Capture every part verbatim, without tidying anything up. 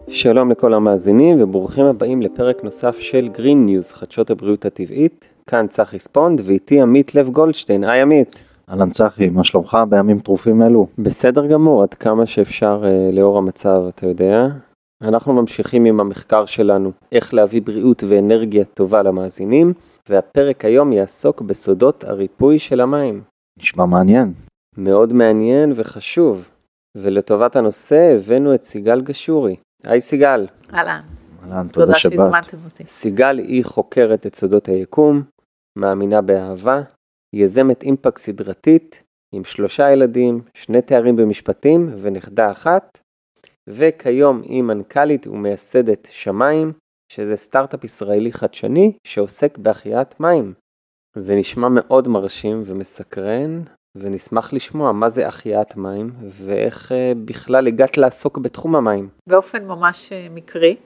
שלום לכל המאזינים וברוכים הבאים לפרק נוסף של Green News, חדשות הבריאות הטבעית. כאן צחי ספונד ואיתי עמית לב גולדשטיין. היי עמית. אהלן צחי, מה שלומך בימים טרופים אלו? בסדר גמור, עד כמה שאפשר uh, לאור המצב, אתה יודע. אנחנו ממשיכים עם המחקר שלנו, איך להביא בריאות ואנרגיה טובה למאזינים, והפרק היום יעסוק בסודות הריפוי של המים. נשמע מעניין. מאוד מעניין וחשוב. ולטובת הנושא הבאנו את סיגל גשורי. היי סיגל. אהלן. אהלן, תודה שבת. תודה שהזמנתם אותי. סיגל היא חוקרת את סודות היקום, מאמינה באהבה, יזמת אימפקט סדרתית, עם שלושה ילדים, שני תארים במשפטים ונכדה אחת, וכיום היא מנכ"לית ומייסדת שמיים, שזה סטארט-אפ ישראלי חדשני שעוסק בהחייאת מים. זה נשמע מאוד מרשים ומסקרן, ונשמח לשמוע מה זה החייאת מים, ואיך בכלל הגעת לעסוק בתחום המים. באופן ממש מקרי,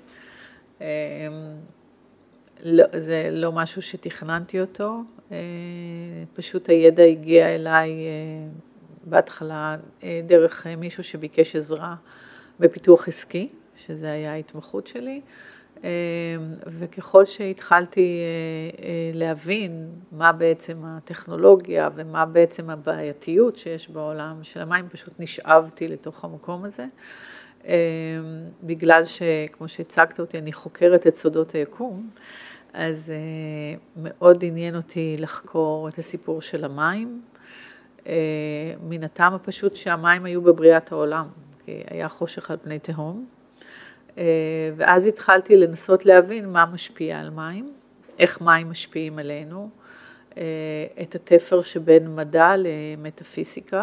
זה לא משהו שתכננתי אותו, פשוט הידע הגיע אליי בהתחלה דרך מישהו שביקש עזרה בפיתוח עסקי, שזה היה ההתמחות שלי, וככל שהתחלתי להבין מה בעצם הטכנולוגיה ומה בעצם הבעייתיות שיש בעולם של המים, פשוט נשאבתי לתוך המקום הזה, בגלל שכמו שהצגת אותי, אני חוקרת את סודות היקום, אז מאוד עניין אותי לחקור את הסיפור של המים, מן הטעם הפשוט שהמים היו בבריאת העולם, כי היה חושך על פני תהום, ואז התחלתי לנסות להבין מה משפיע על מים, איך מים משפיעים עלינו, את התפר שבין מדע למטאפיזיקה,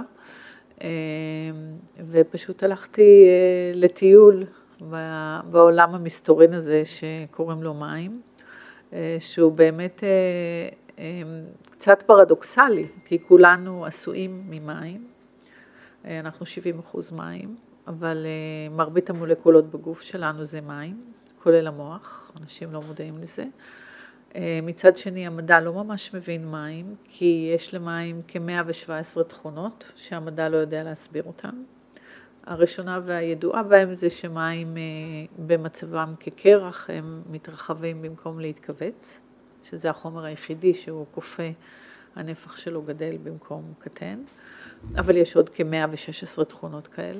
ופשוט הלכתי לטיול בעולם המסתורין הזה שקוראים לו מים, שהוא באמת קצת פרדוקסלי, כי כולנו עשויים ממים, אנחנו שבעים אחוז מים, אבל uh, מרבית המולקולות בגוף שלנו זה מים, כולל המוח, אנשים לא מודעים לזה. Uh, מצד שני, המדע לא ממש מבין מים, כי יש למים כ-מאה שבע עשרה תכונות שהמדע לא יודע להסביר אותן. הראשונה והידועה בהם זה שמים uh, במצבם כקרח, הם מתרחבים במקום להתכווץ, שזה החומר היחידי שהוא כופה, הנפח שלו גדל במקום קטן, אבל יש עוד כ-מאה ושש עשרה תכונות כאלה.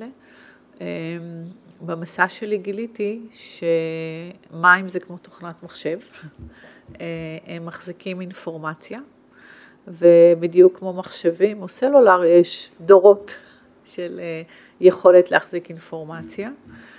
במסע שלי גיליתי שמים זה כמו תוכנת מחשב, הם מחזיקים אינפורמציה, ובדיוק כמו מחשבים או סלולר יש דורות של יכולת להחזיק אינפורמציה,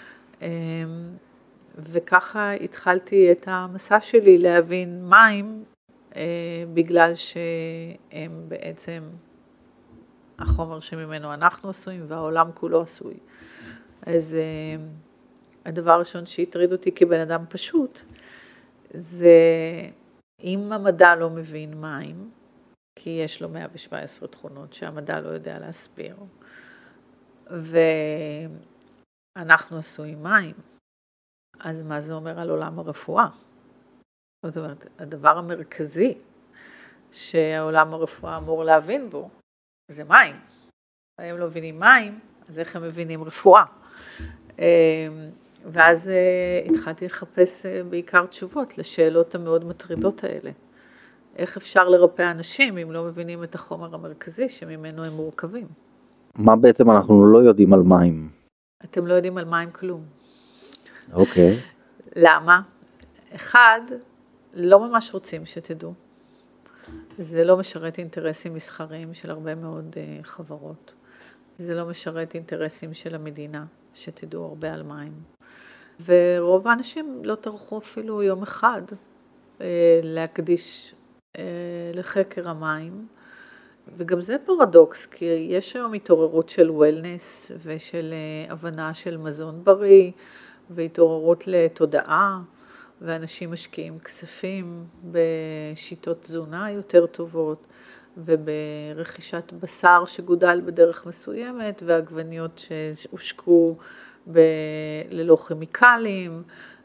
וככה התחלתי את המסע שלי להבין מים, בגלל שהם בעצם החומר שממנו אנחנו עשויים והעולם כולו עשוי. אז uh, הדבר הראשון שהטריד אותי כבן אדם פשוט, זה אם המדע לא מבין מים, כי יש לו מאה שבע עשרה תכונות שהמדע לא יודע להסביר, ואנחנו עשויים מים, אז מה זה אומר על עולם הרפואה? זאת אומרת, הדבר המרכזי שהעולם הרפואה אמור להבין בו, זה מים. הם לא מבינים מים, אז איך הם מבינים רפואה? ואז התחלתי לחפש בעיקר תשובות לשאלות המאוד מטרידות האלה. איך אפשר לרפא אנשים אם לא מבינים את החומר המרכזי שממנו הם מורכבים? מה בעצם אנחנו לא יודעים על מים? אתם לא יודעים על מים כלום. אוקיי. למה? אחד, לא ממש רוצים שתדעו. זה לא משרת אינטרסים מסחריים של הרבה מאוד uh, חברות. זה לא משרת אינטרסים של המדינה, שתדעו הרבה על מים. ורוב האנשים לא טרחו אפילו יום אחד uh, להקדיש uh, לחקר המים. וגם זה פרדוקס, כי יש היום התעוררות של וולנס ושל uh, הבנה של מזון בריא, והתעוררות לתודעה. ואנשים משקיעים כספים בשיטות תזונה יותר טובות, וברכישת בשר שגודל בדרך מסוימת, ועגבניות שהושקו ב... ללא כימיקלים,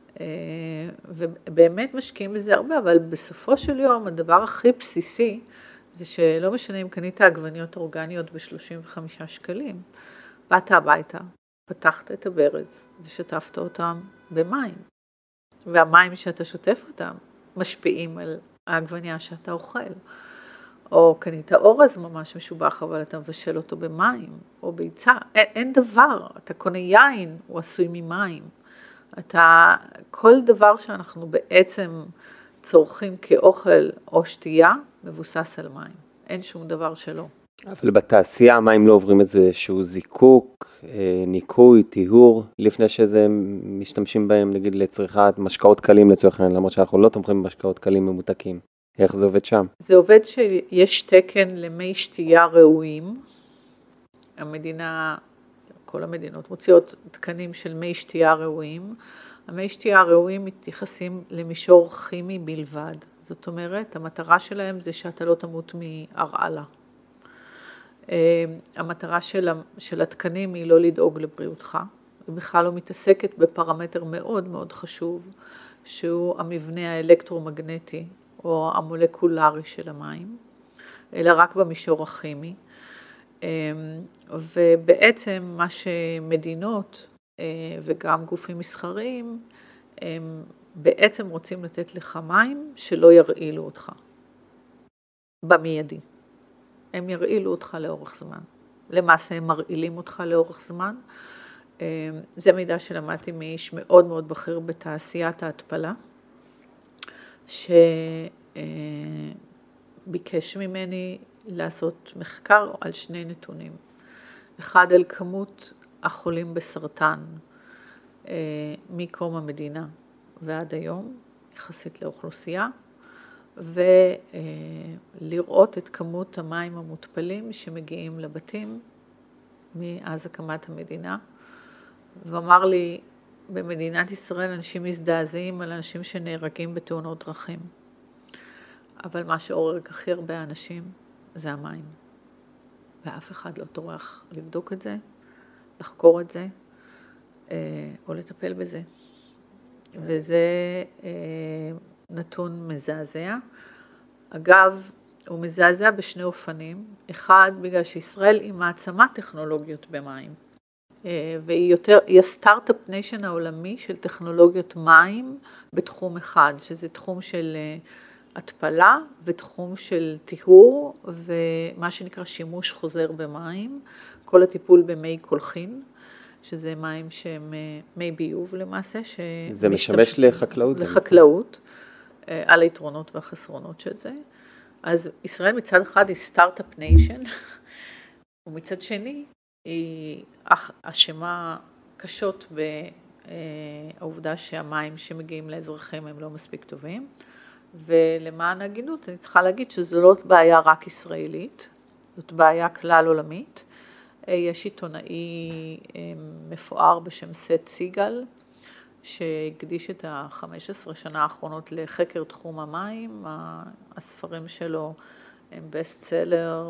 ובאמת משקיעים בזה הרבה, אבל בסופו של יום הדבר הכי בסיסי, זה שלא משנה אם קנית עגבניות אורגניות ב-שלושים וחמישה שקלים, באת הביתה, פתחת את הברז ושטפת אותם במים. והמים שאתה שוטף אותם משפיעים על העגבניה שאתה אוכל. או קנית אורז ממש משובח, אבל אתה מבשל אותו במים, או ביצה. אין, אין דבר, אתה קונה יין, הוא עשוי ממים. אתה, כל דבר שאנחנו בעצם צורכים כאוכל או שתייה, מבוסס על מים. אין שום דבר שלא. אבל בתעשייה המים לא עוברים איזשהו זיקוק, ניקוי, טיהור, לפני שזה משתמשים בהם, נגיד, לצריכת משקאות קלים לצורך העניין, למרות שאנחנו לא תומכים במשקאות קלים ממותקים. איך זה עובד שם? זה עובד שיש תקן למי שתייה ראויים. המדינה, כל המדינות מוציאות תקנים של מי שתייה ראויים. המי שתייה ראויים מתייחסים למישור כימי בלבד. זאת אומרת, המטרה שלהם זה שאתה לא תמות מהרעלה. המטרה של, של התקנים היא לא לדאוג לבריאותך. היא בכלל לא מתעסקת בפרמטר מאוד מאוד חשוב, שהוא המבנה האלקטרומגנטי או המולקולרי של המים, אלא רק במישור הכימי. ובעצם מה שמדינות וגם גופים מסחריים, הם בעצם רוצים לתת לך מים שלא ירעילו אותך במיידי. הם ירעילו אותך לאורך זמן. למעשה הם מרעילים אותך לאורך זמן. זה מידע שלמדתי מאיש מאוד מאוד בכיר בתעשיית ההתפלה, שביקש ממני לעשות מחקר על שני נתונים. אחד על כמות החולים בסרטן מקום המדינה ועד היום, יחסית לאוכלוסייה, ולראות את כמות המים המותפלים שמגיעים לבתים מאז הקמת המדינה. ואמר לי, במדינת ישראל אנשים מזדעזעים על אנשים שנהרגים בתאונות דרכים. אבל מה שהורג הכי הרבה אנשים זה המים. ואף אחד לא טורח לבדוק את זה, לחקור את זה, או לטפל בזה. וזה נתון מזעזע. אגב, הוא מזעזע בשני אופנים. אחד, בגלל שישראל היא מעצמת טכנולוגיות במים. והיא יותר, היא הסטארט-אפ ניישן העולמי של טכנולוגיות מים בתחום אחד, שזה תחום של התפלה ותחום של טיהור ומה שנקרא שימוש חוזר במים, כל הטיפול במי קולחין, שזה מים שהם מי ביוב למעשה. זה משמש לחקלאות. לחקלאות, על היתרונות והחסרונות של זה. אז ישראל מצד אחד היא סטארט-אפ ניישן, ומצד שני היא אשמה קשות בעובדה שהמים שמגיעים לאזרחים הם לא מספיק טובים. ולמען הגינות אני צריכה להגיד שזו לא בעיה רק ישראלית, זאת בעיה כלל עולמית. יש עיתונאי מפואר בשם סט סיגל, שהקדיש את ה-חמש עשרה שנה האחרונות לחקר תחום המים. הספרים שלו הם בסט סלר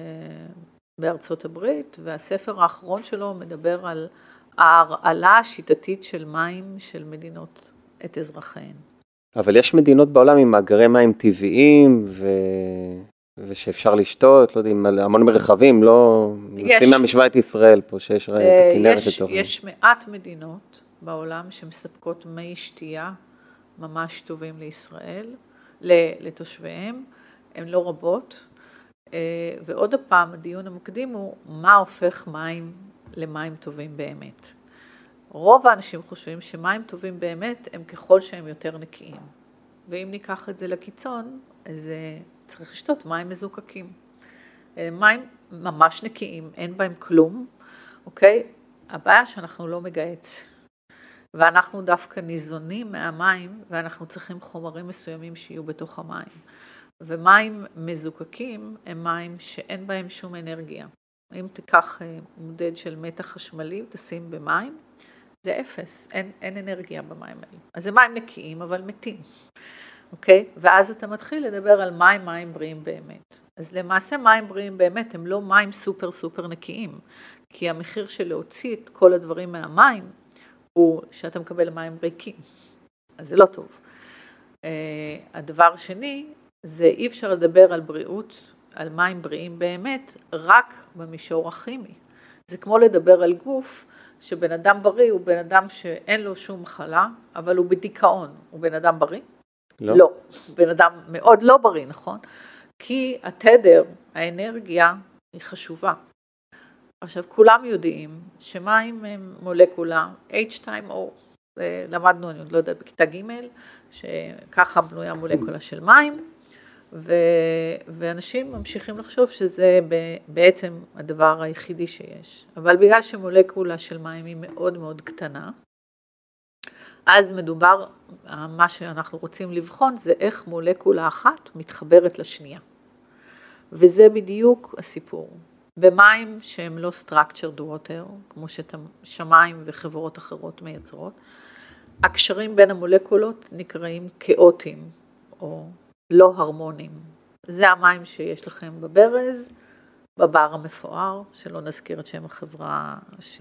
בארצות הברית, והספר האחרון שלו מדבר על ההרעלה השיטתית של מים של מדינות את אזרחיהן. אבל יש מדינות בעולם עם מאגרי מים טבעיים ו... ושאפשר לשתות, לא יודע, המון מרחבים, לא... נשים מהמשוואה את ישראל פה, שיש את הכנרת לצורך. יש מעט מדינות בעולם שמספקות מי שתייה ממש טובים לישראל, לתושביהם, הן לא רבות. ועוד הפעם, הדיון המקדים הוא מה הופך מים למים טובים באמת. רוב האנשים חושבים שמים טובים באמת הם ככל שהם יותר נקיים. ואם ניקח את זה לקיצון, אז צריך לשתות מים מזוקקים. מים ממש נקיים, אין בהם כלום, אוקיי? הבעיה שאנחנו לא מגהץ. ואנחנו דווקא ניזונים מהמים, ואנחנו צריכים חומרים מסוימים שיהיו בתוך המים. ומים מזוקקים הם מים שאין בהם שום אנרגיה. אם תיקח מודד של מתח חשמלי, תשים במים, זה אפס, אין, אין אנרגיה במים האלה. אז זה מים נקיים, אבל מתים. אוקיי? ואז אתה מתחיל לדבר על מים, מים בריאים באמת. אז למעשה מים בריאים באמת הם לא מים סופר סופר נקיים, כי המחיר של להוציא את כל הדברים מהמים, הוא שאתה מקבל מים ריקים. אז זה לא טוב. Uh, הדבר שני, זה אי אפשר לדבר על בריאות, על מים בריאים באמת, רק במישור הכימי. זה כמו לדבר על גוף שבן אדם בריא הוא בן אדם שאין לו שום מחלה, אבל הוא בדיכאון, הוא בן אדם בריא? לא. לא, בן אדם מאוד לא בריא, נכון? כי התדר, האנרגיה היא חשובה. עכשיו כולם יודעים שמים הם מולקולה אייץ' טו או, למדנו, אני עוד לא יודעת, בכיתה ג' שככה בנויה מולקולה של מים, ו, ואנשים ממשיכים לחשוב שזה בעצם הדבר היחידי שיש. אבל בגלל שמולקולה של מים היא מאוד מאוד קטנה, אז מדובר, מה שאנחנו רוצים לבחון זה איך מולקולה אחת מתחברת לשנייה. וזה בדיוק הסיפור. במים שהם לא structured water, כמו ששמיים וחברות אחרות מייצרות, הקשרים בין המולקולות נקראים כאוטיים או לא הרמוניים. זה המים שיש לכם בברז, בבר המפואר, שלא נזכיר את שם החברה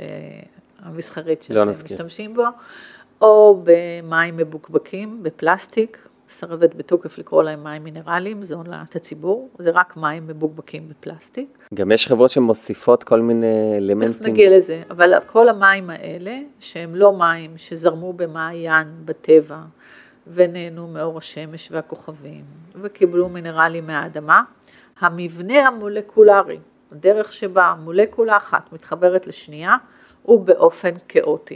המסחרית שאתם משתמשים בו, או במים מבוקבקים, בפלסטיק, מסרבת בתוקף לקרוא להם מים מינרליים, זה הונאת הציבור, זה רק מים מבוקבקים בפלסטיק. גם יש חברות שמוסיפות כל מיני אלמנטים. איך נגיע לזה, אבל כל המים האלה, שהם לא מים שזרמו במעיין בטבע, ונהנו מאור השמש והכוכבים, וקיבלו מינרלים מהאדמה, המבנה המולקולרי, הדרך שבה מולקולה אחת מתחברת לשנייה, הוא באופן כאוטי.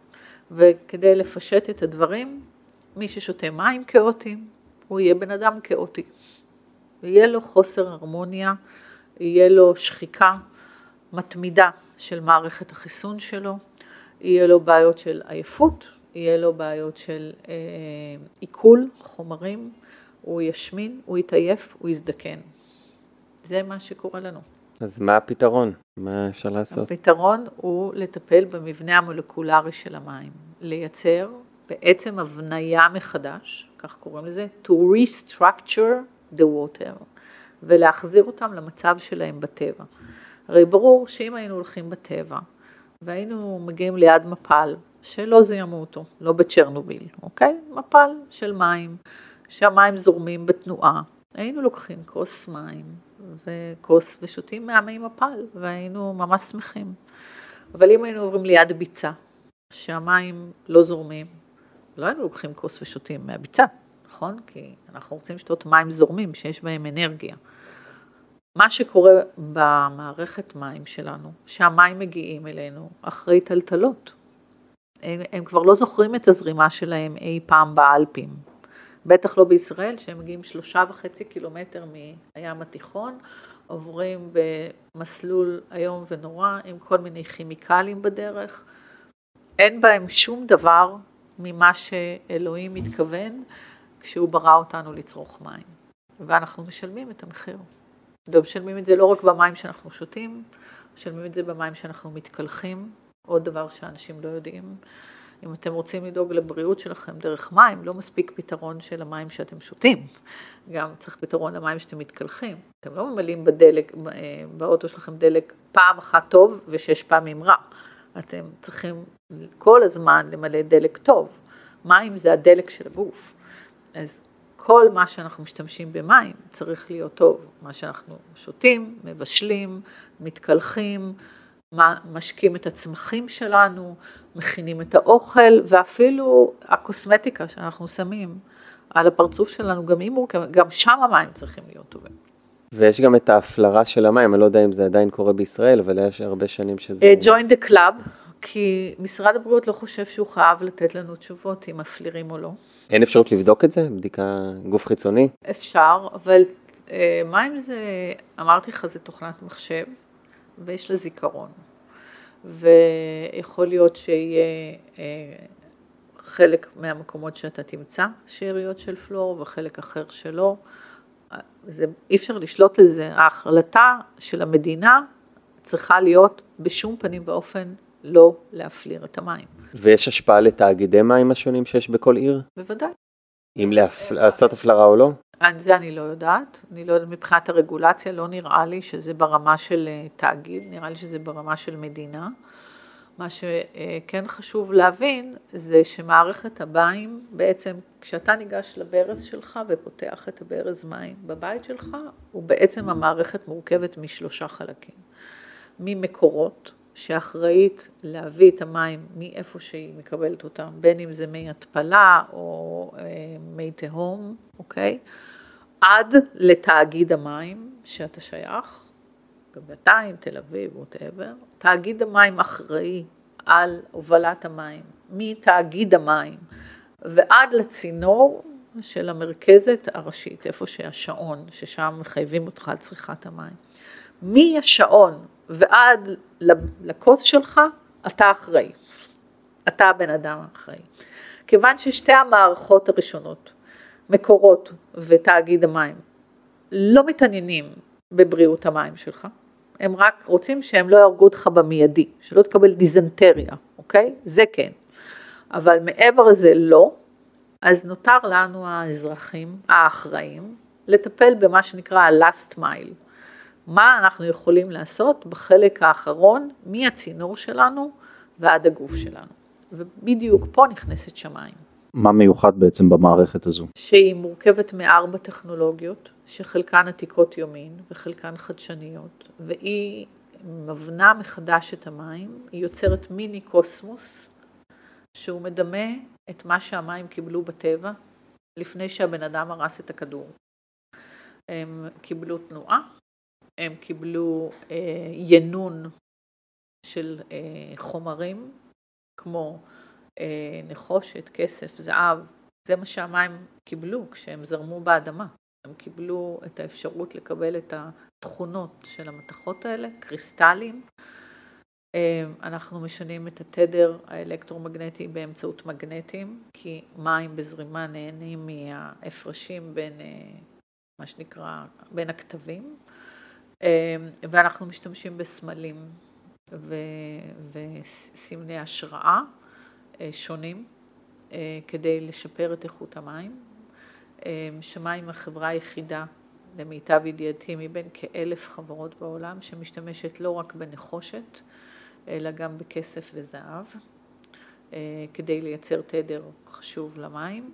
וכדי לפשט את הדברים, מי ששותה מים כאוטיים, הוא יהיה בן אדם כאוטי. יהיה לו חוסר הרמוניה, יהיה לו שחיקה מתמידה של מערכת החיסון שלו, יהיה לו בעיות של עייפות, יהיה לו בעיות של אה, עיכול, חומרים, הוא ישמין, הוא יתעייף, הוא יזדקן. זה מה שקורה לנו. אז מה הפתרון? מה אפשר לעשות? הפתרון הוא לטפל במבנה המולקולרי של המים, לייצר בעצם הבניה מחדש, כך קוראים לזה, to restructure the water, ולהחזיר אותם למצב שלהם בטבע. הרי ברור שאם היינו הולכים בטבע, והיינו מגיעים ליד מפל, שלא זיהמו אותו, לא בצ'רנוביל, אוקיי? מפל של מים, שהמים זורמים בתנועה, היינו לוקחים כוס מים וכוס ושותים מהמי מפל, והיינו ממש שמחים. אבל אם היינו עוברים ליד ביצה, שהמים לא זורמים, לא היינו לוקחים כוס ושותים מהביצה, נכון? כי אנחנו רוצים לשתות מים זורמים שיש בהם אנרגיה. מה שקורה במערכת מים שלנו, שהמים מגיעים אלינו אחרי טלטלות. הם, הם כבר לא זוכרים את הזרימה שלהם אי פעם באלפים. בטח לא בישראל, שהם מגיעים שלושה וחצי קילומטר מהים התיכון, עוברים במסלול היום ונורא, עם כל מיני כימיקלים בדרך. אין בהם שום דבר ממה שאלוהים מתכוון, כשהוא ברא אותנו לצרוך מים. ואנחנו משלמים את המחיר. משלמים את זה לא רק במים שאנחנו שותים, משלמים את זה במים שאנחנו מתקלחים, עוד דבר שאנשים לא יודעים. אם אתם רוצים לדאוג לבריאות שלכם דרך מים, לא מספיק פתרון של המים שאתם שותים. גם צריך פתרון למים שאתם מתקלחים. אתם לא ממלאים בדלק, באוטו שלכם דלק פעם אחת טוב ושש פעמים רע. אתם צריכים כל הזמן למלא דלק טוב. מים זה הדלק של הגוף. אז כל מה שאנחנו משתמשים במים צריך להיות טוב. מה שאנחנו שותים, מבשלים, מתקלחים, משקים את הצמחים שלנו, מכינים את האוכל, ואפילו הקוסמטיקה שאנחנו שמים על הפרצוף שלנו, גם, גם שם המים צריכים להיות טובים. ויש גם את ההפלרה של המים, אני לא יודע אם זה עדיין קורה בישראל, אבל יש הרבה שנים שזה... Join the club, כי משרד הבריאות לא חושב שהוא חייב לתת לנו תשובות אם מפלירים או לא. אין אפשרות לבדוק את זה? בדיקה גוף חיצוני? אפשר, אבל מים זה, אמרתי לך, זה תוכנת מחשב, ויש לה זיכרון. ויכול להיות שיהיה חלק מהמקומות שאתה תמצא שאריות של פלואור, וחלק אחר שלא. זה, אי אפשר לשלוט לזה. ההחלטה של המדינה צריכה להיות בשום פנים ואופן לא להפליר את המים. ויש השפעה לתאגידי מים השונים שיש בכל עיר? בוודאי. אם להפ... לעשות הפלרה או לא? זה אני לא יודעת. אני לא יודעת, מבחינת הרגולציה לא נראה לי שזה ברמה של תאגיד, נראה לי שזה ברמה של מדינה. מה שכן חשוב להבין זה שמערכת המים, בעצם כשאתה ניגש לברז שלך ופותח את הברז מים בבית שלך, הוא בעצם המערכת מורכבת משלושה חלקים. ממקורות, שאחראית להביא את המים מאיפה שהיא מקבלת אותם, בין אם זה מי התפלה או מי תהום, אוקיי? עד לתאגיד המים שאתה שייך, גבעתיים, תל אביב, whatever. תאגיד המים אחראי על הובלת המים, מתאגיד המים ועד לצינור של המרכזת הראשית, איפה שהשעון, ששם מחייבים אותך על צריכת המים. מהשעון ועד לכוס שלך, אתה אחראי. אתה הבן אדם האחראי. כיוון ששתי המערכות הראשונות, מקורות ותאגיד המים, לא מתעניינים בבריאות המים שלך, הם רק רוצים שהם לא יהרגו אותך במיידי, שלא תקבל דיזנטריה, אוקיי? זה כן. אבל מעבר לזה לא, אז נותר לנו האזרחים האחראים לטפל במה שנקרא ה-last mile. מה אנחנו יכולים לעשות בחלק האחרון מהצינור שלנו ועד הגוף שלנו. ובדיוק פה נכנסת שמיים. מה מיוחד בעצם במערכת הזו? שהיא מורכבת מארבע טכנולוגיות, שחלקן עתיקות יומין וחלקן חדשניות, והיא מבנה מחדש את המים, היא יוצרת מיני קוסמוס, שהוא מדמה את מה שהמים קיבלו בטבע, לפני שהבן אדם הרס את הכדור. הם קיבלו תנועה, הם קיבלו אה, ינון של אה, חומרים, כמו אה, נחושת, כסף, זהב, זה מה שהמים קיבלו כשהם זרמו באדמה. הם קיבלו את האפשרות לקבל את התכונות של המתכות האלה, קריסטלים. אנחנו משנים את התדר האלקטרומגנטי באמצעות מגנטים, כי מים בזרימה נהנים מההפרשים בין, מה שנקרא, בין הכתבים. ואנחנו משתמשים בסמלים וסמני השראה שונים כדי לשפר את איכות המים. שמים החברה היחידה, למיטב ידיעתי, מבין כאלף חברות בעולם, שמשתמשת לא רק בנחושת, אלא גם בכסף וזהב, כדי לייצר תדר חשוב למים.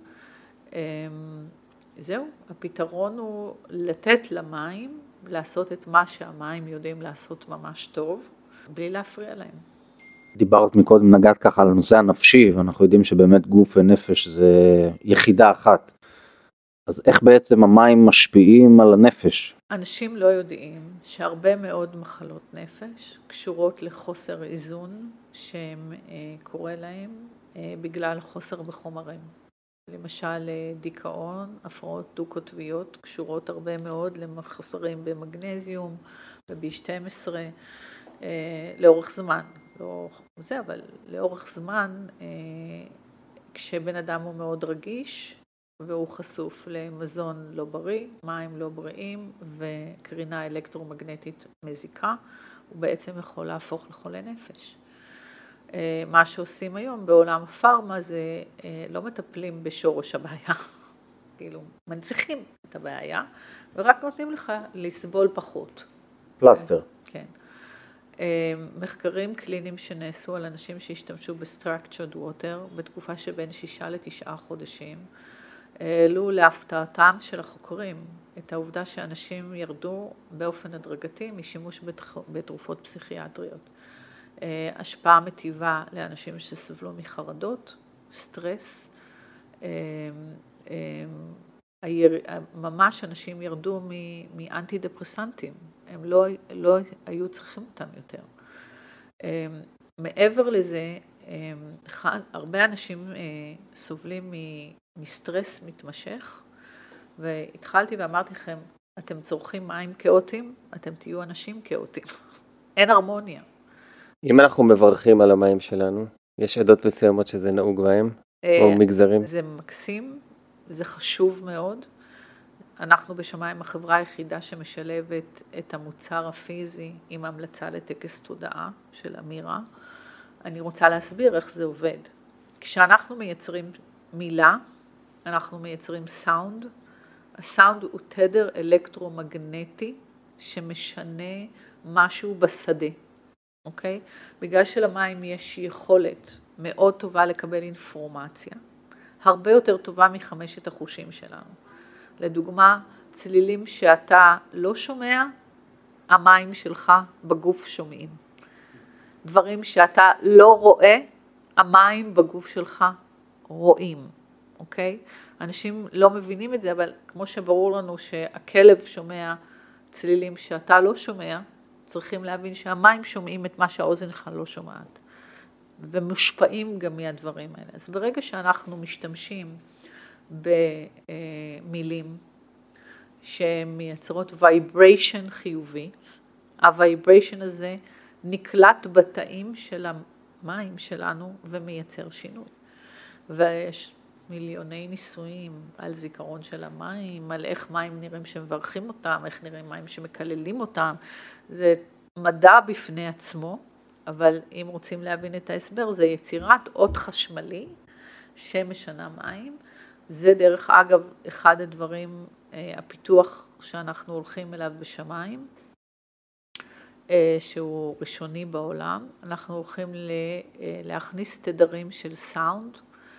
זהו, הפתרון הוא לתת למים, לעשות את מה שהמים יודעים לעשות ממש טוב, בלי להפריע להם. דיברת מקודם, נגעת ככה על הנושא הנפשי, ואנחנו יודעים שבאמת גוף ונפש זה יחידה אחת. אז איך בעצם המים משפיעים על הנפש? אנשים לא יודעים שהרבה מאוד מחלות נפש קשורות לחוסר איזון שהם קורא להם בגלל חוסר בחומרים. למשל דיכאון, הפרעות דו-קוטביות קשורות הרבה מאוד למחסרים במגנזיום וב-בי שתים עשרה לאורך זמן. לא זה, אבל לאורך זמן כשבן אדם הוא מאוד רגיש, והוא חשוף למזון לא בריא, מים לא בריאים וקרינה אלקטרומגנטית מזיקה, הוא בעצם יכול להפוך לחולה נפש. מה שעושים היום בעולם הפארמה זה לא מטפלים בשורש הבעיה, כאילו מנציחים את הבעיה ורק נותנים לך לסבול פחות. פלסטר. כן. מחקרים קליניים שנעשו על אנשים שהשתמשו ב-structured water בתקופה שבין שישה לתשעה חודשים, העלו להפתעתם של החוקרים את העובדה שאנשים ירדו באופן הדרגתי משימוש בתרופות פסיכיאטריות. השפעה מטיבה לאנשים שסבלו מחרדות, סטרס, ממש אנשים ירדו מאנטי דפרסנטים, הם לא, לא היו צריכים אותם יותר. מעבר לזה, הרבה אנשים סובלים מסטרס מתמשך, והתחלתי ואמרתי לכם, אתם צורכים מים כאוטיים, אתם תהיו אנשים כאוטיים. אין הרמוניה. אם אנחנו מברכים על המים שלנו, יש עדות מסוימות שזה נהוג בהם, או מגזרים? זה מקסים, זה חשוב מאוד. אנחנו בשמיים החברה היחידה שמשלבת את המוצר הפיזי עם המלצה לטקס תודעה של אמירה. אני רוצה להסביר איך זה עובד. כשאנחנו מייצרים מילה, אנחנו מייצרים סאונד. הסאונד הוא תדר אלקטרומגנטי שמשנה משהו בשדה, אוקיי? בגלל שלמים יש יכולת מאוד טובה לקבל אינפורמציה, הרבה יותר טובה מחמשת החושים שלנו. לדוגמה, צלילים שאתה לא שומע, המים שלך בגוף שומעים. דברים שאתה לא רואה, המים בגוף שלך רואים, אוקיי? אנשים לא מבינים את זה, אבל כמו שברור לנו שהכלב שומע צלילים שאתה לא שומע, צריכים להבין שהמים שומעים את מה שהאוזן שלך לא שומעת, ומושפעים גם מהדברים האלה. אז ברגע שאנחנו משתמשים במילים שמייצרות וייבריישן חיובי, הווייבריישן הזה נקלט בתאים של המים שלנו ומייצר שינוי. ויש מיליוני ניסויים על זיכרון של המים, על איך מים נראים שמברכים אותם, איך נראים מים שמקללים אותם. זה מדע בפני עצמו, אבל אם רוצים להבין את ההסבר, זה יצירת אות חשמלי שמשנה מים. זה דרך אגב אחד הדברים, הפיתוח שאנחנו הולכים אליו בשמיים, שהוא ראשוני בעולם. אנחנו הולכים להכניס תדרים של סאונד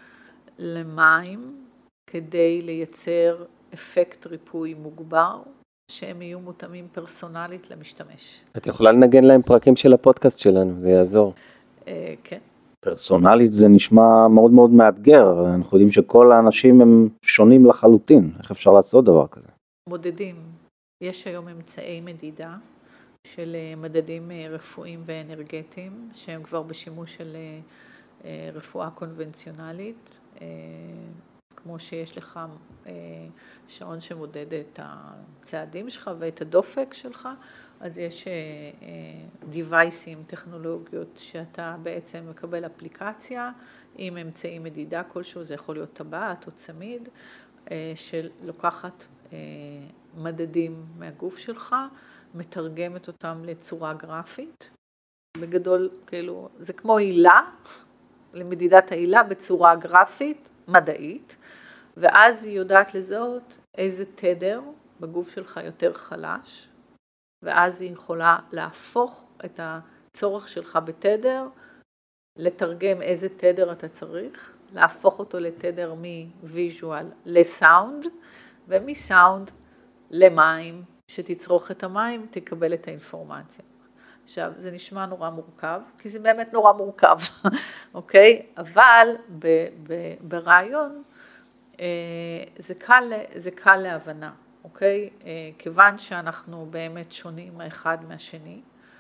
למים כדי לייצר אפקט ריפוי מוגבר, שהם יהיו מותאמים פרסונלית למשתמש. את יכולה לנגן להם פרקים של הפודקאסט שלנו, זה יעזור. כן. פרסונלית זה נשמע מאוד מאוד מאתגר, אנחנו יודעים שכל האנשים הם שונים לחלוטין, איך אפשר לעשות דבר כזה? מודדים, יש היום אמצעי מדידה של מדדים רפואיים ואנרגטיים, שהם כבר בשימוש של רפואה קונבנציונלית, כמו שיש לך שעון שמודד את הצעדים שלך ואת הדופק שלך, אז יש דיווייסים, טכנולוגיות שאתה בעצם מקבל אפליקציה עם אמצעי מדידה כלשהו, זה יכול להיות טבעת או צמיד, שלוקחת מדדים מהגוף שלך, מתרגמת אותם לצורה גרפית. בגדול, כאילו, זה כמו עילה, למדידת העילה בצורה גרפית, מדעית, ואז היא יודעת לזהות איזה תדר בגוף שלך יותר חלש, ואז היא יכולה להפוך את הצורך שלך בתדר, לתרגם איזה תדר אתה צריך, להפוך אותו לתדר מוויז'ואל לסאונד, ומסאונד למים, שתצרוך את המים, תקבל את האינפורמציה. עכשיו, זה נשמע נורא מורכב, כי זה באמת נורא מורכב, אוקיי? אבל ב- ב- ברעיון, זה קל, זה קל להבנה, אוקיי? כיוון שאנחנו באמת שונים האחד מהשני,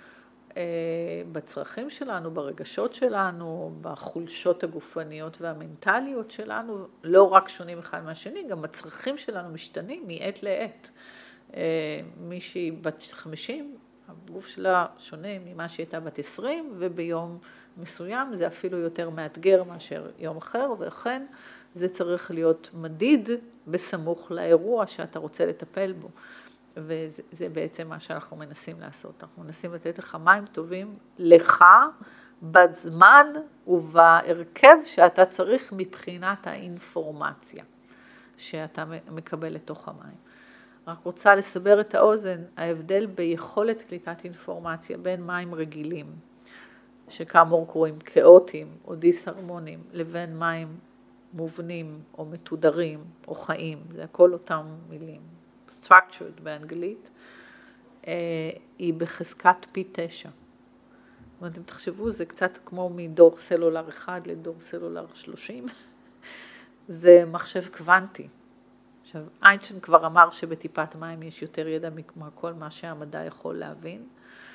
בצרכים שלנו, ברגשות שלנו, בחולשות הגופניות והמנטליות שלנו, לא רק שונים אחד מהשני, גם הצרכים שלנו משתנים מעת לעת. מישהי בת חמישים, הגוף שלה שונה ממה שהייתה בת עשרים, וביום מסוים זה אפילו יותר מאתגר מאשר יום אחר, ולכן זה צריך להיות מדיד בסמוך לאירוע שאתה רוצה לטפל בו. וזה בעצם מה שאנחנו מנסים לעשות. אנחנו מנסים לתת לך מים טובים לך בזמן ובהרכב שאתה צריך מבחינת האינפורמציה שאתה מקבל לתוך המים. רק רוצה לסבר את האוזן, ההבדל ביכולת קליטת אינפורמציה בין מים רגילים, שכאמור קוראים כאוטיים או דיסהרמונים, לבין מים מובנים או מתודרים או חיים, זה הכל אותם מילים. structured באנגלית, היא בחזקת פי תשע. זאת אומרת, אם תחשבו, זה קצת כמו מדור סלולר אחד לדור סלולר שלושים. זה מחשב קוונטי. עכשיו, איינשטיין כבר אמר שבטיפת מים יש יותר ידע מכל מה שהמדע יכול להבין.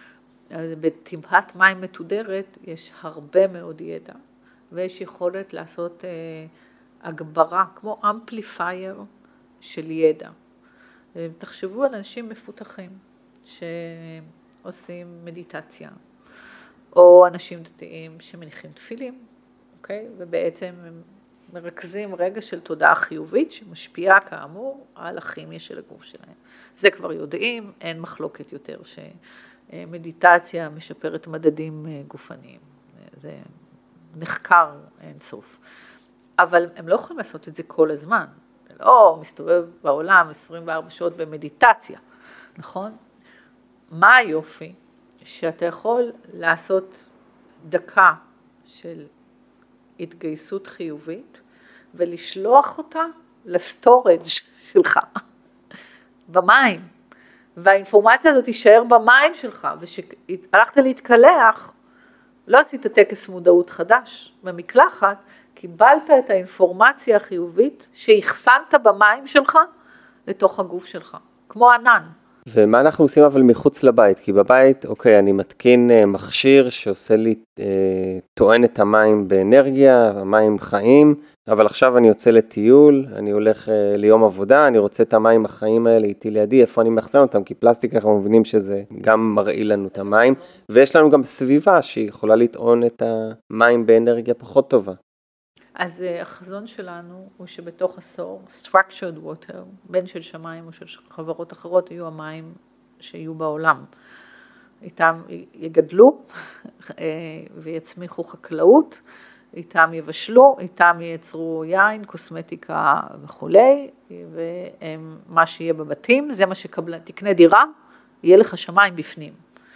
בטיפת מים מתודרת יש הרבה מאוד ידע, ויש יכולת לעשות הגברה, כמו אמפליפייר של ידע. תחשבו על אנשים מפותחים שעושים מדיטציה, או אנשים דתיים שמניחים תפילים, אוקיי? ובעצם הם מרכזים רגע של תודעה חיובית שמשפיעה כאמור על הכימיה של הגוף שלהם. זה כבר יודעים, אין מחלוקת יותר שמדיטציה משפרת מדדים גופניים. זה נחקר אין סוף. אבל הם לא יכולים לעשות את זה כל הזמן. לא מסתובב בעולם עשרים וארבע שעות במדיטציה, נכון? מה היופי? שאתה יכול לעשות דקה של התגייסות חיובית, ולשלוח אותה לסטורג' שלך, במים. והאינפורמציה הזאת תישאר במים שלך, ושהלכת להתקלח, לא עשית טקס מודעות חדש במקלחת, קיבלת את האינפורמציה החיובית שהכסנת במים שלך לתוך הגוף שלך, כמו ענן. ומה אנחנו עושים אבל מחוץ לבית? כי בבית, אוקיי, אני מתקין מכשיר שעושה לי, אה, טוען את המים באנרגיה, המים חיים, אבל עכשיו אני יוצא לטיול, אני הולך אה, ליום עבודה, אני רוצה את המים החיים האלה איתי לידי, איפה אני מאחסן אותם? כי פלסטיק אנחנו מבינים שזה גם מרעיל לנו את המים, ויש לנו גם סביבה שהיא יכולה לטעון את המים באנרגיה פחות טובה. אז uh, החזון שלנו הוא שבתוך עשור, structured water, בין של שמיים או של חברות אחרות, יהיו המים שיהיו בעולם. איתם יגדלו ויצמיחו חקלאות, איתם יבשלו, איתם ייצרו יין, קוסמטיקה וכולי, ומה שיהיה בבתים, זה מה שקבלה, תקנה דירה, יהיה לך שמיים בפנים.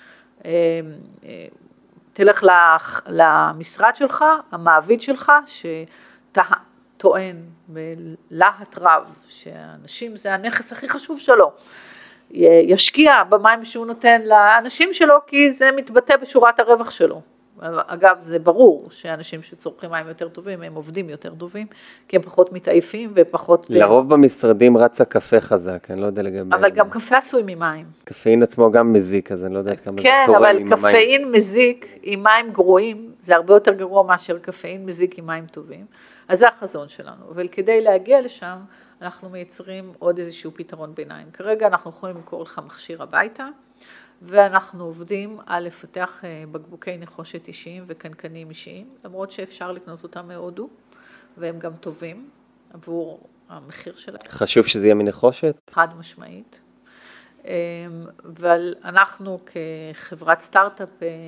תלך למשרד שלך, המעביד שלך, שטוען בלהט רב, שהאנשים זה הנכס הכי חשוב שלו, ישקיע במים שהוא נותן לאנשים שלו, כי זה מתבטא בשורת הרווח שלו. אגב, זה ברור שאנשים שצורכים מים יותר טובים, הם עובדים יותר טובים, כי הם פחות מתעייפים ופחות... לרוב במשרדים רצה קפה חזק, אני לא יודע לגבי... אבל גם קפה עשוי ממים. קפאין עצמו גם מזיק, אז אני לא יודעת כמה זה כן, תורם עם המים. כן, אבל קפאין מזיק עם מים גרועים, זה הרבה יותר גרוע מאשר קפאין מזיק עם מים טובים. אז זה החזון שלנו, אבל כדי להגיע לשם, אנחנו מייצרים עוד איזשהו פתרון ביניים. כרגע אנחנו יכולים למכור לך מכשיר הביתה, ואנחנו עובדים על לפתח בקבוקי נחושת אישיים וקנקנים אישיים, למרות שאפשר לקנות אותם מהודו, והם גם טובים עבור המחיר שלהם. חשוב שזה יהיה מנחושת? חד משמעית. אבל אנחנו כחברת סטארט-אפ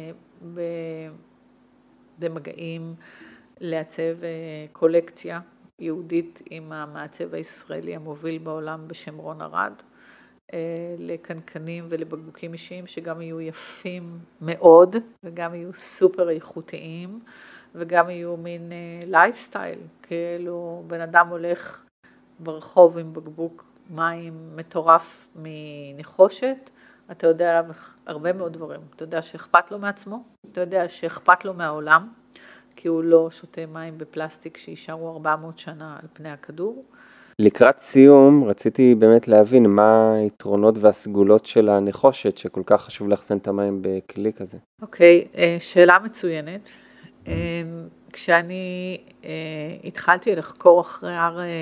במגעים לעצב קולקציה יהודית עם המעצב הישראלי המוביל בעולם בשם רון ארד, לקנקנים ולבקבוקים אישיים שגם יהיו יפים מאוד וגם יהיו סופר איכותיים וגם יהיו מין לייפסטייל, כאילו בן אדם הולך ברחוב עם בקבוק מים מטורף מנחושת, אתה יודע עליו הרבה מאוד דברים, אתה יודע שאכפת לו מעצמו, אתה יודע שאכפת לו מהעולם, כי הוא לא שותה מים בפלסטיק שישארו ארבע מאות שנה על פני הכדור. לקראת סיום רציתי באמת להבין מה היתרונות והסגולות של הנחושת שכל כך חשוב לאחסן את המים בכלי כזה. אוקיי, שאלה מצוינת. כשאני התחלתי לחקור אחרי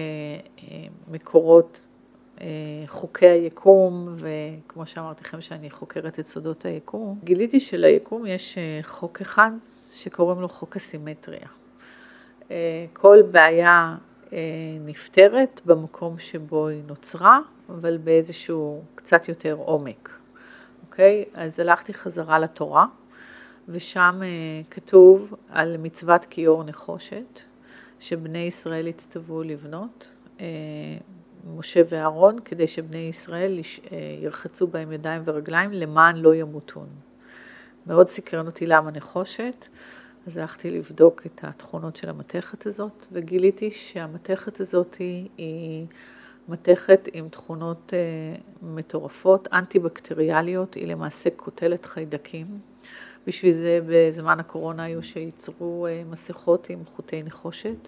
מקורות חוקי היקום, וכמו שאמרתי לכם שאני חוקרת את סודות היקום, גיליתי שליקום יש חוק אחד שקוראים לו חוק הסימטריה. כל בעיה נפטרת במקום שבו היא נוצרה, אבל באיזשהו קצת יותר עומק. אוקיי? אז הלכתי חזרה לתורה, ושם כתוב על מצוות כיור נחושת, שבני ישראל הצטוו לבנות, משה ואהרון, כדי שבני ישראל ירחצו בהם ידיים ורגליים, למען לא ימותון. מאוד סקרן אותי למה נחושת, אז הלכתי לבדוק את התכונות של המתכת הזאת, וגיליתי שהמתכת הזאת היא, היא מתכת עם תכונות מטורפות, אנטי-בקטריאליות, היא למעשה קוטלת חיידקים. בשביל זה בזמן הקורונה היו שייצרו מסכות עם חוטי נחושת.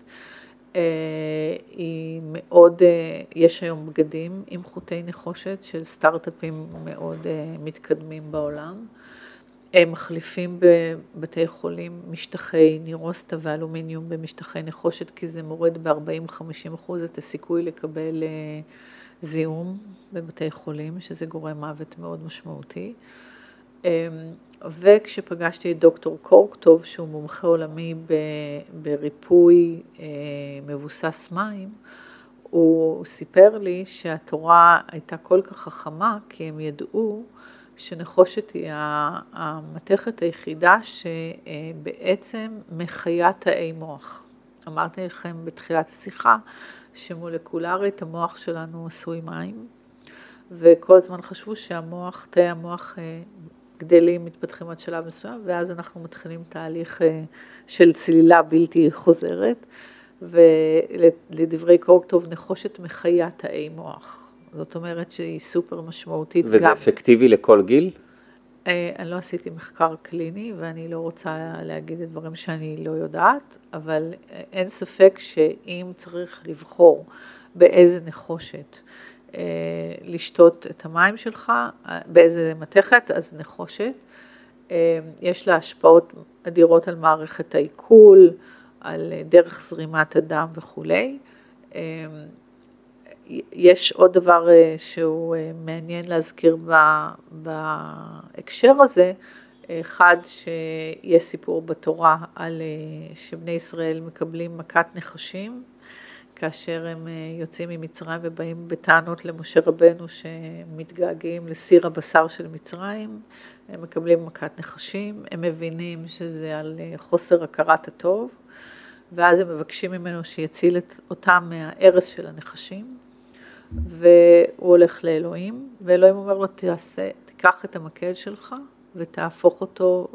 היא מאוד, יש היום בגדים עם חוטי נחושת של סטארט-אפים מאוד מתקדמים בעולם. הם מחליפים בבתי חולים משטחי נירוסטה ואלומיניום במשטחי נחושת, כי זה מורד ב-ארבעים עד חמישים אחוז את הסיכוי לקבל זיהום בבתי חולים, שזה גורם מוות מאוד משמעותי. וכשפגשתי את דוקטור קורקטוב, שהוא מומחה עולמי בריפוי מבוסס מים, הוא סיפר לי שהתורה הייתה כל כך חכמה, כי הם ידעו שנחושת היא המתכת היחידה שבעצם מחיה תאי מוח. אמרתי לכם בתחילת השיחה שמולקולרית המוח שלנו עשוי מים, וכל הזמן חשבו שהמוח, תאי המוח גדלים, מתפתחים עד שלב מסוים, ואז אנחנו מתחילים תהליך של צלילה בלתי חוזרת, ולדברי קורקטוב נחושת מחיה תאי מוח. זאת אומרת שהיא סופר משמעותית. וזה גם. אפקטיבי לכל גיל? אני לא עשיתי מחקר קליני ואני לא רוצה להגיד את דברים שאני לא יודעת, אבל אין ספק שאם צריך לבחור באיזה נחושת לשתות את המים שלך, באיזה מתכת, אז נחושת. יש לה השפעות אדירות על מערכת העיכול, על דרך זרימת הדם וכולי. יש עוד דבר שהוא מעניין להזכיר בהקשר הזה, אחד שיש סיפור בתורה על שבני ישראל מקבלים מכת נחשים, כאשר הם יוצאים ממצרים ובאים בטענות למשה רבנו שמתגעגעים לסיר הבשר של מצרים, הם מקבלים מכת נחשים, הם מבינים שזה על חוסר הכרת הטוב, ואז הם מבקשים ממנו שיציל אותם מהארץ של הנחשים, והוא הולך לאלוהים, ואלוהים אומר לו, תעשה, תיקח את המקל שלך ותהפוך אותו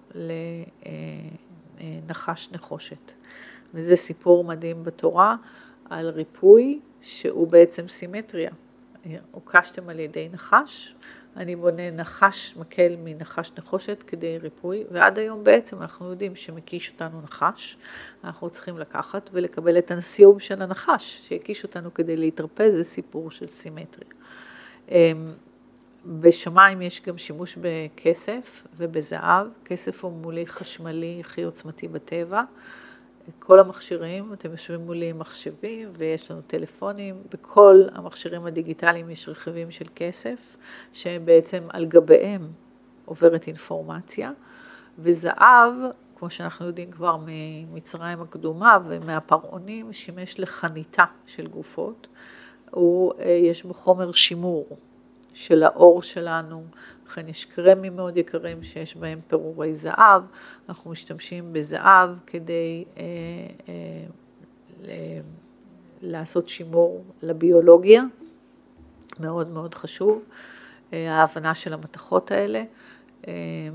לנחש נחושת. וזה סיפור מדהים בתורה על ריפוי שהוא בעצם סימטריה. הוקשתם על ידי נחש, אני בונה נחש מקל מנחש נחושת כדי ריפוי, ועד היום בעצם אנחנו יודעים שמקיש אותנו נחש, אנחנו צריכים לקחת ולקבל את הנסיוב של הנחש, שהקיש אותנו כדי להתרפא, זה סיפור של סימטריה. בשמיים יש גם שימוש בכסף ובזהב, כסף הוא מולי חשמלי הכי עוצמתי בטבע, כל המכשירים, אתם יושבים מולי מחשבים ויש לנו טלפונים, בכל המכשירים הדיגיטליים יש רכיבים של כסף, שהם בעצם על גביהם עוברת אינפורמציה, וזהב, כמו שאנחנו יודעים כבר ממצרים הקדומה ומהפרעונים, שימש לחניתה של גופות, הוא, יש בו חומר שימור של האור שלנו, לכן יש קרמים מאוד יקרים שיש בהם פירורי זהב, אנחנו משתמשים בזהב כדי אה, אה, ל- לעשות שימור לביולוגיה, מאוד מאוד חשוב, אה, ההבנה של המתכות האלה, אה,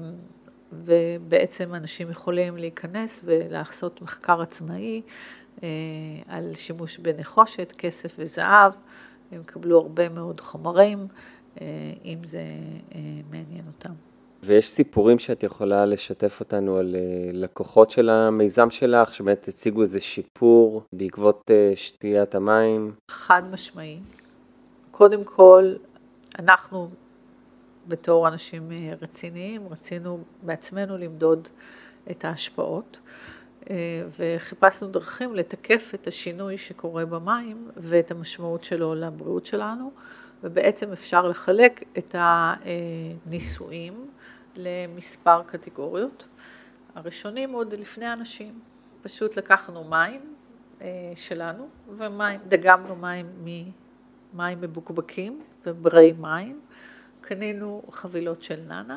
ובעצם אנשים יכולים להיכנס ולעשות מחקר עצמאי אה, על שימוש בנחושת, כסף וזהב, הם קבלו הרבה מאוד חומרים, אם זה מעניין אותם. ויש סיפורים שאת יכולה לשתף אותנו על לקוחות של המיזם שלך, שבאמת הציגו איזה שיפור בעקבות שתיית המים? חד משמעי. קודם כל, אנחנו בתור אנשים רציניים, רצינו בעצמנו למדוד את ההשפעות, וחיפשנו דרכים לתקף את השינוי שקורה במים ואת המשמעות שלו לבריאות שלנו, ובעצם אפשר לחלק את הניסויים למספר קטגוריות. הראשונים עוד לפני אנשים, פשוט לקחנו מים שלנו ומים, דגמנו מים ממים מבוקבקים וברי מים, קנינו חבילות של נאנה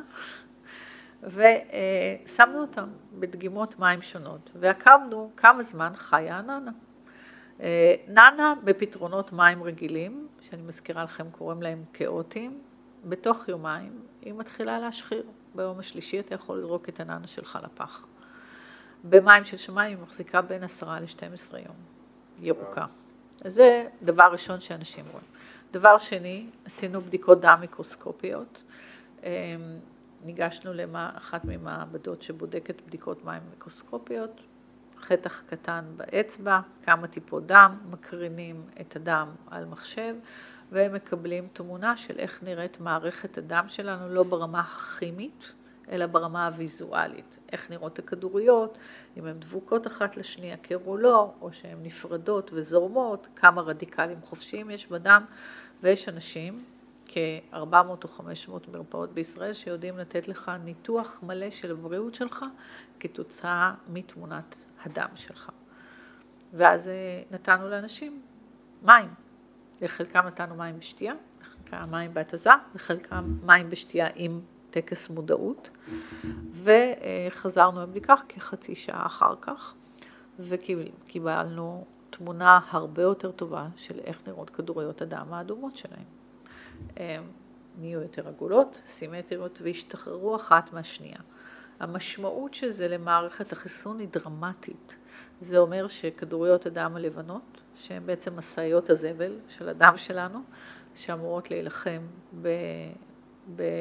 ושמנו אותם בדגימות מים שונות ועקבנו כמה זמן חיה הנאנה. נאנה בפתרונות מים רגילים, שאני מזכירה לכם קוראים להם כאוטיים, בתוך יומיים היא מתחילה להשחיר. ביום השלישי אתה יכול לזרוק את הנאנה שלך לפח. במים של שמיים היא מחזיקה בין עשרה ל-שנים עשר יום, ירוקה. אז זה דבר ראשון שאנשים רואים. דבר שני, עשינו בדיקות דם מיקרוסקופיות, ניגשנו לאחת ממעבדות שבודקת בדיקות מים מיקרוסקופיות, חתך קטן באצבע, כמה טיפות דם, מקרינים את הדם על מחשב, והם מקבלים תמונה של איך נראית מערכת הדם שלנו, לא ברמה הכימית, אלא ברמה הוויזואלית. איך נראות הכדוריות, אם הן דבוקות אחת לשנייה קרו לא, או שהן נפרדות וזורמות, כמה רדיקלים חופשיים יש בדם, ויש אנשים, כ-ארבע מאות או חמש מאות מרפאות בישראל, שיודעים לתת לך ניתוח מלא של הבריאות שלך, כתוצאה מתמונת הדם שלך. ואז נתנו לאנשים מים. לחלקם נתנו מים בשתייה, לחלקם מים בהתזה, לחלקם מים בשתייה עם טקס מודעות. וחזרנו לבדיקה כחצי שעה אחר כך, וקיבלנו תמונה הרבה יותר טובה של איך נראות כדוריות הדם האדומות שלהם. הם נהיו יותר עגולות, סימטריות, והשתחררו אחת מהשנייה. המשמעות של זה למערכת החיסון היא דרמטית. זה אומר שכדוריות הדם הלבנות, שהן בעצם מסעיות הזבל של הדם שלנו, שאמורות להילחם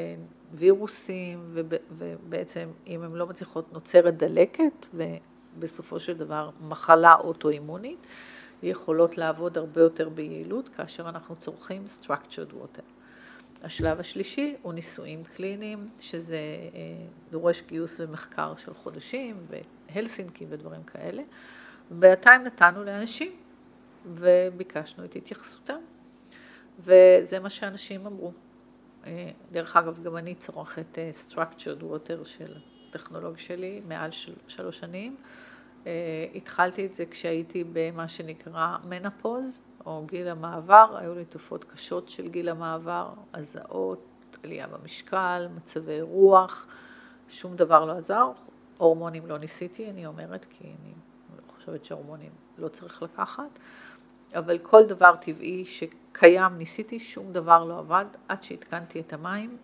וירוסים, ובעצם אם הן לא מצליחות נוצרת דלקת, ובסופו של דבר מחלה אוטואימונית, יכולות לעבוד הרבה יותר ביעילות, כאשר אנחנו צורכים structured water. השלב השלישי הוא ניסויים קליניים, שזה דורש גיוס ומחקר של חודשים, והלסינקי ודברים כאלה. בינתיים נתנו לאנשים, וביקשנו את התייחסותם. וזה מה שאנשים אמרו. דרך אגב, גם אני צורכת structured water של טכנולוג שלי, מעל של, שלוש שנים. התחלתי את זה כשהייתי במה שנקרא מנופוז, או גיל המעבר. היו לי תופעות קשות של גיל המעבר, הזעות, עלייה במשקל, מצבי רוח, שום דבר לא עזר. הורמונים לא ניסיתי, אני אומרת, כי אני חושבת שההורמונים לא צריך לקחת. אבל כל דבר טבעי שקיים ניסיתי, שום דבר לא עבד, עד שהתקנתי את המים,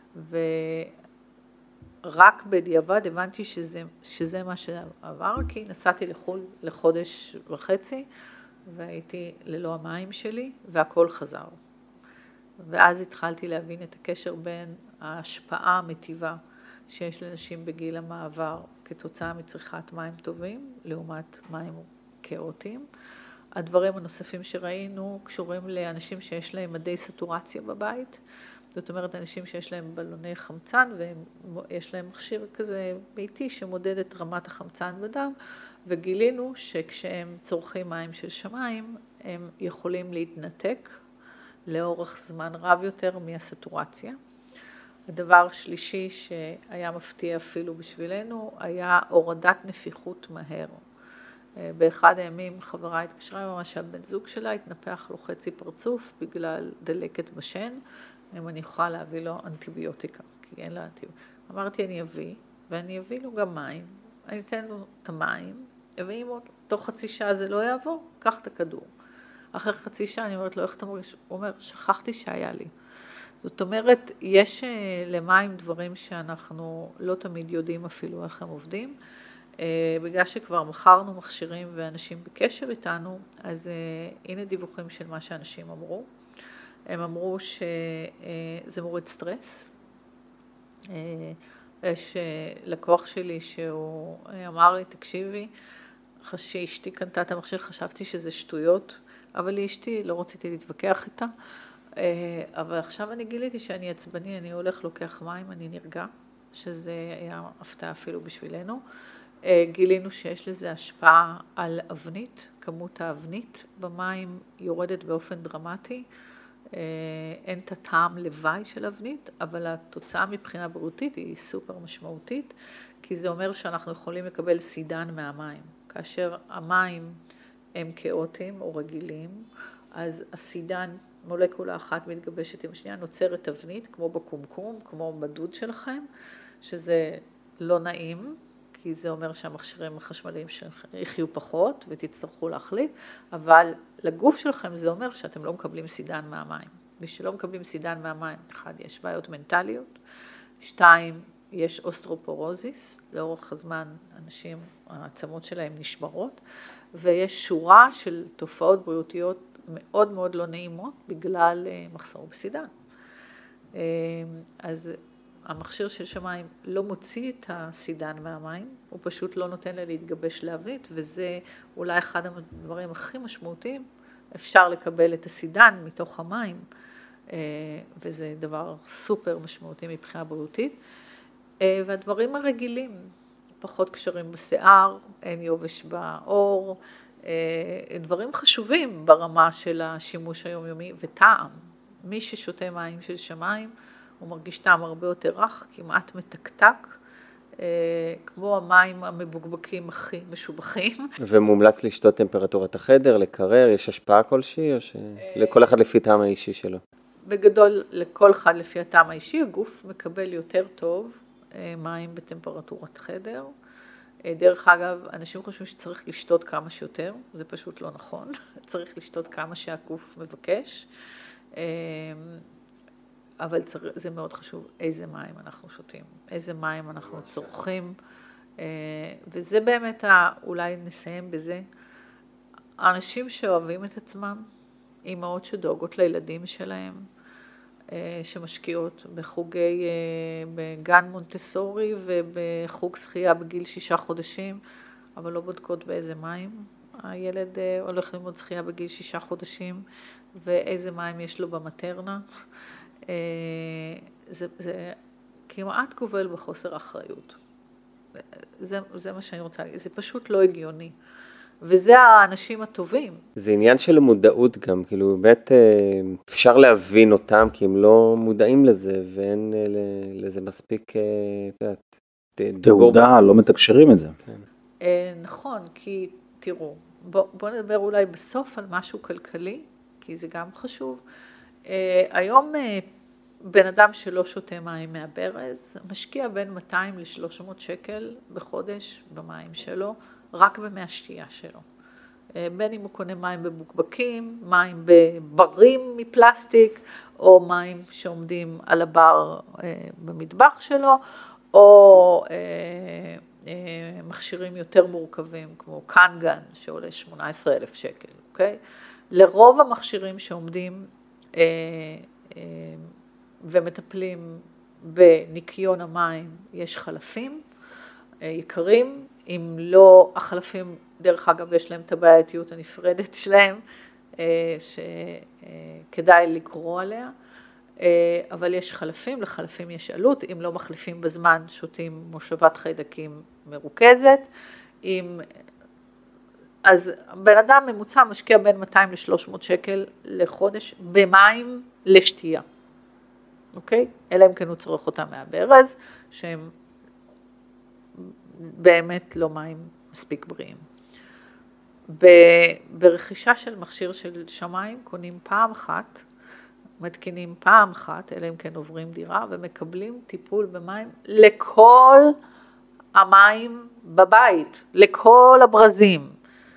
ורק בדיעבד הבנתי שזה, שזה מה שעבר, כי נסעתי לחול לחודש וחצי, והייתי ללא המים שלי, והכל חזר. ואז התחלתי להבין את הקשר בין ההשפעה המטיבה שיש לנשים בגיל המעבר, כתוצאה מצריכת מים טובים, לעומת מים כאוטיים. הדברים הנוספים שראינו קשורים לאנשים שיש להם מדי סטורציה בבית, זאת אומרת אנשים שיש להם בלוני חמצן ויש להם מכשיר כזה ביתי שמודד את רמת החמצן בדם, וגילינו שכשהם צורכים מים של שמיים הם יכולים להתנתק לאורך זמן רב יותר מהסטורציה. הדבר שלישי שהיה מפתיע אפילו בשבילנו היה הורדת נפיחות מהר. באחד הימים חברה התקשרה ממש שהבן זוג שלה התנפח לו חצי פרצוף בגלל דלקת בשן, אם אני יכולה להביא לו אנטיביוטיקה, כי אין לה אנטיביוטיקה. אמרתי אני אביא, ואני אביא לו גם מים, אני אתן לו את המים, ואם תוך חצי שעה זה לא יעבור, קח את הכדור. אחרי חצי שעה אני אומרת לו, איך אתה מרגיש? הוא אומר, שכחתי שהיה לי. זאת אומרת, יש למים דברים שאנחנו לא תמיד יודעים אפילו איך הם עובדים, בגלל שכבר מכרנו מכשירים ואנשים בקשר איתנו, אז הנה דיווחים של מה שאנשים אמרו. הם אמרו שזה מוריד סטרס. יש לקוח שלי שהוא אמר לי, תקשיבי, כשאשתי קנתה את המכשיר חשבתי שזה שטויות, אבל אשתי לא רציתי להתווכח איתה. אבל עכשיו אני גיליתי שאני עצבני, אני הולך לוקח מים, אני נרגע, שזה היה הפתעה אפילו בשבילנו. גילינו שיש לזה השפעה על אבנית, כמות האבנית במים יורדת באופן דרמטי, אין את הטעם לוואי של אבנית, אבל התוצאה מבחינה בריאותית היא סופר משמעותית, כי זה אומר שאנחנו יכולים לקבל סידן מהמים. כאשר המים הם כאוטיים או רגילים, אז הסידן, מולקולה אחת מתגבשת עם השנייה, נוצרת אבנית, כמו בקומקום, כמו בדוד שלכם, שזה לא נעים, כי זה אומר שהמכשירים החשמליים יחיו פחות ותצטרכו להחליט, אבל לגוף שלכם זה אומר שאתם לא מקבלים סידן מהמים. ושלא מקבלים סידן מהמים, אחד, יש בעיות מנטליות, שתיים, יש אוסטרופורוזיס, לאורך הזמן אנשים, העצמות שלהם נשברות, ויש שורה של תופעות בריאותיות מאוד מאוד לא נעימות בגלל מחסור בסידן. אז המכשיר של שמיים לא מוציא את הסידן מהמים, הוא פשוט לא נותן לה להתגבש לאבנית, וזה אולי אחד הדברים הכי משמעותיים, אפשר לקבל את הסידן מתוך המים, וזה דבר סופר משמעותי מבחינה בריאותית. והדברים הרגילים, פחות קשרים בשיער, אין יובש בעור, דברים חשובים ברמה של השימוש היומיומי, וטעם. מי ששותה מים של שמיים, הוא מרגיש טעם הרבה יותר רך, כמעט מתקתק, כמו המים המבוקבקים הכי משובחים. ומומלץ לשתות טמפרטורת החדר, לקרר, יש השפעה כלשהי, או שלכל אחד לפי טעם האישי שלו? בגדול, לכל אחד לפי הטעם האישי, הגוף מקבל יותר טוב מים בטמפרטורת חדר. דרך אגב, אנשים חושבים שצריך לשתות כמה שיותר, זה פשוט לא נכון, צריך לשתות כמה שהגוף מבקש. אבל זה מאוד חשוב איזה מים אנחנו שותים, איזה מים אנחנו צורכים, וזה באמת, אולי נסיים בזה, האנשים שאוהבים את עצמם, אימהות שדואגות לילדים שלהם, שמשקיעות בחוגי, בגן מונטסורי ובחוג שחייה בגיל שישה חודשים, אבל לא בודקות באיזה מים. הילד הולך ללמוד שחייה בגיל שישה חודשים, ואיזה מים יש לו במטרנה. זה, זה כמעט גובל בחוסר אחריות. זה, זה מה שאני רוצה להגיד, זה פשוט לא הגיוני. וזה האנשים הטובים. זה עניין של מודעות גם, כאילו באמת אפשר להבין אותם, כי הם לא מודעים לזה, ואין לזה מספיק, את יודעת, תעודה, לא מתקשרים את זה. כן. נכון, כי תראו, בוא, בוא נדבר אולי בסוף על משהו כלכלי, כי זה גם חשוב. היום בן אדם שלא שותה מים מהברז, משקיע בין מאתיים ל-שלוש מאות שקל בחודש במים שלו, רק במי השתייה שלו. בין אם הוא קונה מים בבוקבקים, מים בברים מפלסטיק, או מים שעומדים על הבר במטבח שלו, או מכשירים יותר מורכבים כמו קנגן שעולה שמונה עשרה אלף שקל, אוקיי? לרוב המכשירים שעומדים ומטפלים בניקיון המים יש חלפים יקרים, אם לא החלפים, דרך אגב יש להם את הבעייתיות הנפרדת שלהם, שכדאי לקרוא עליה, אבל יש חלפים, לחלפים יש עלות, אם לא מחליפים בזמן שותים מושבת חיידקים מרוכזת, אם, אז בן אדם ממוצע משקיע בין מאתיים ל-שלוש מאות שקל לחודש במים לשתייה, אוקיי? אלא אם כן הוא צורך אותם מהברז, שהם באמת לא מים מספיק בריאים. ברכישה של מכשיר של שמיים קונים פעם אחת, מתקינים פעם אחת, אלא אם כן עוברים דירה, ומקבלים טיפול במים לכל המים בבית, לכל הברזים,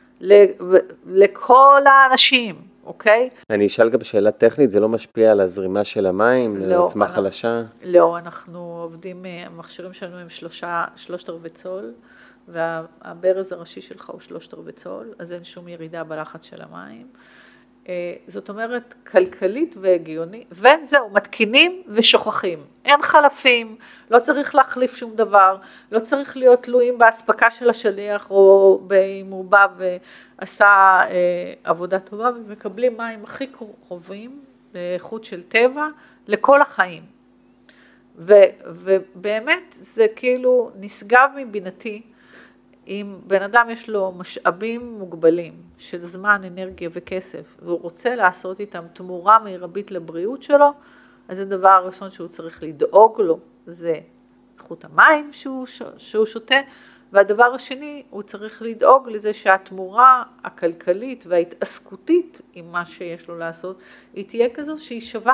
לכל האנשים, אוקיי? אני אשאל גם שאלה טכנית, זה לא משפיע על הזרימה של המים, לא, לעוצמה חלשה? לא, אנחנו עובדים, המכשירים שלנו הם שלושה, שלושת רבעי צול, והברז הראשי שלך הוא שלושת רבעי צול, אז אין שום ירידה בלחץ של המים. זאת אומרת, כלכלית והגיונית, וזהו, מתקינים ושוכחים. אין חלפים, לא צריך להחליף שום דבר, לא צריך להיות תלויים בהספקה של השליח, או אם הוא בא ועשה עבודה טובה, ומקבלים מים הכי קרובים, באיכות של טבע, לכל החיים. ו, ובאמת זה כאילו נשגב מבינתי, אם בן אדם יש לו משאבים מוגבלים של זמן, אנרגיה וכסף, והוא רוצה לעשות איתם תמורה מרבית לבריאות שלו, אז הדבר הראשון שהוא צריך לדאוג לו, זה איכות המים שהוא, שהוא שותה, והדבר השני, הוא צריך לדאוג לזה שהתמורה הכלכלית וההתעסקותית עם מה שיש לו לעשות, היא תהיה כזו שהיא שווה.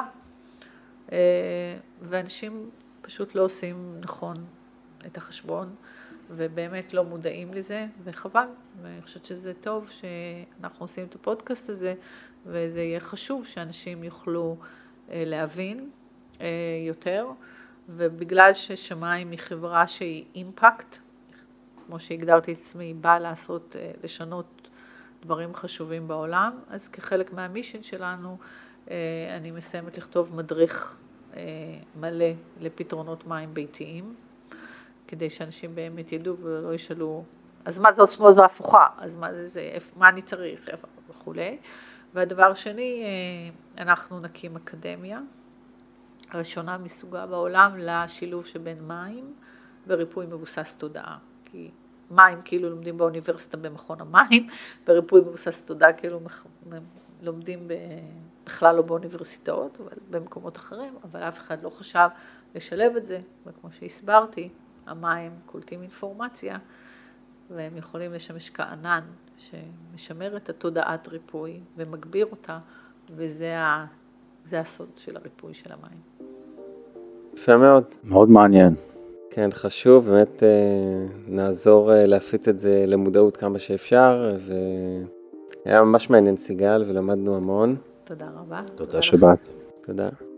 ואנשים פשוט לא עושים נכון את החשבון, ובאמת לא מודעים לזה, וחבל. ואני חושבת שזה טוב שאנחנו עושים את הפודקאסט הזה, וזה יהיה חשוב שאנשים יוכלו להבין יותר, ובגלל ששמיים היא חברה שהיא אימפקט, כמו שהגדרתי את עצמי, היא באה לעשות, לשנות דברים חשובים בעולם, אז כחלק מהמישן שלנו, אני מסיימת לכתוב מדריך מלא לפתרונות מים ביתיים, כדי שאנשים באמת ידעו ולא ישאלו, אז מה זה אוסמוזה הפוכה, אז מה זה, זה מה אני צריך, וכו'. והדבר שני, אנחנו נקים אקדמיה, הראשונה מסוגה בעולם לשילוב שבין מים וריפוי מבוסס תודעה. כי מים כאילו לומדים באוניברסיטה במכון המים, וריפוי מבוסס תודעה כאילו לומדים בכלל לא באוניברסיטאות, אבל במקומות אחרים, אבל אף אחד לא חשב לשלב את זה, וכמו שהסברתי, המים קולטים אינפורמציה, והם יכולים לשמש כענן שמשמר את התודעת ריפוי ומגביר אותה, וזה ה, זה הסוד של הריפוי של המים. יפה מאוד. מאוד מעניין. כן, חשוב, באמת נעזור להפיץ את זה למודעות כמה שאפשר, והיה ממש מעניין סיגל ולמדנו המון. תודה רבה. תודה שבאת. תודה.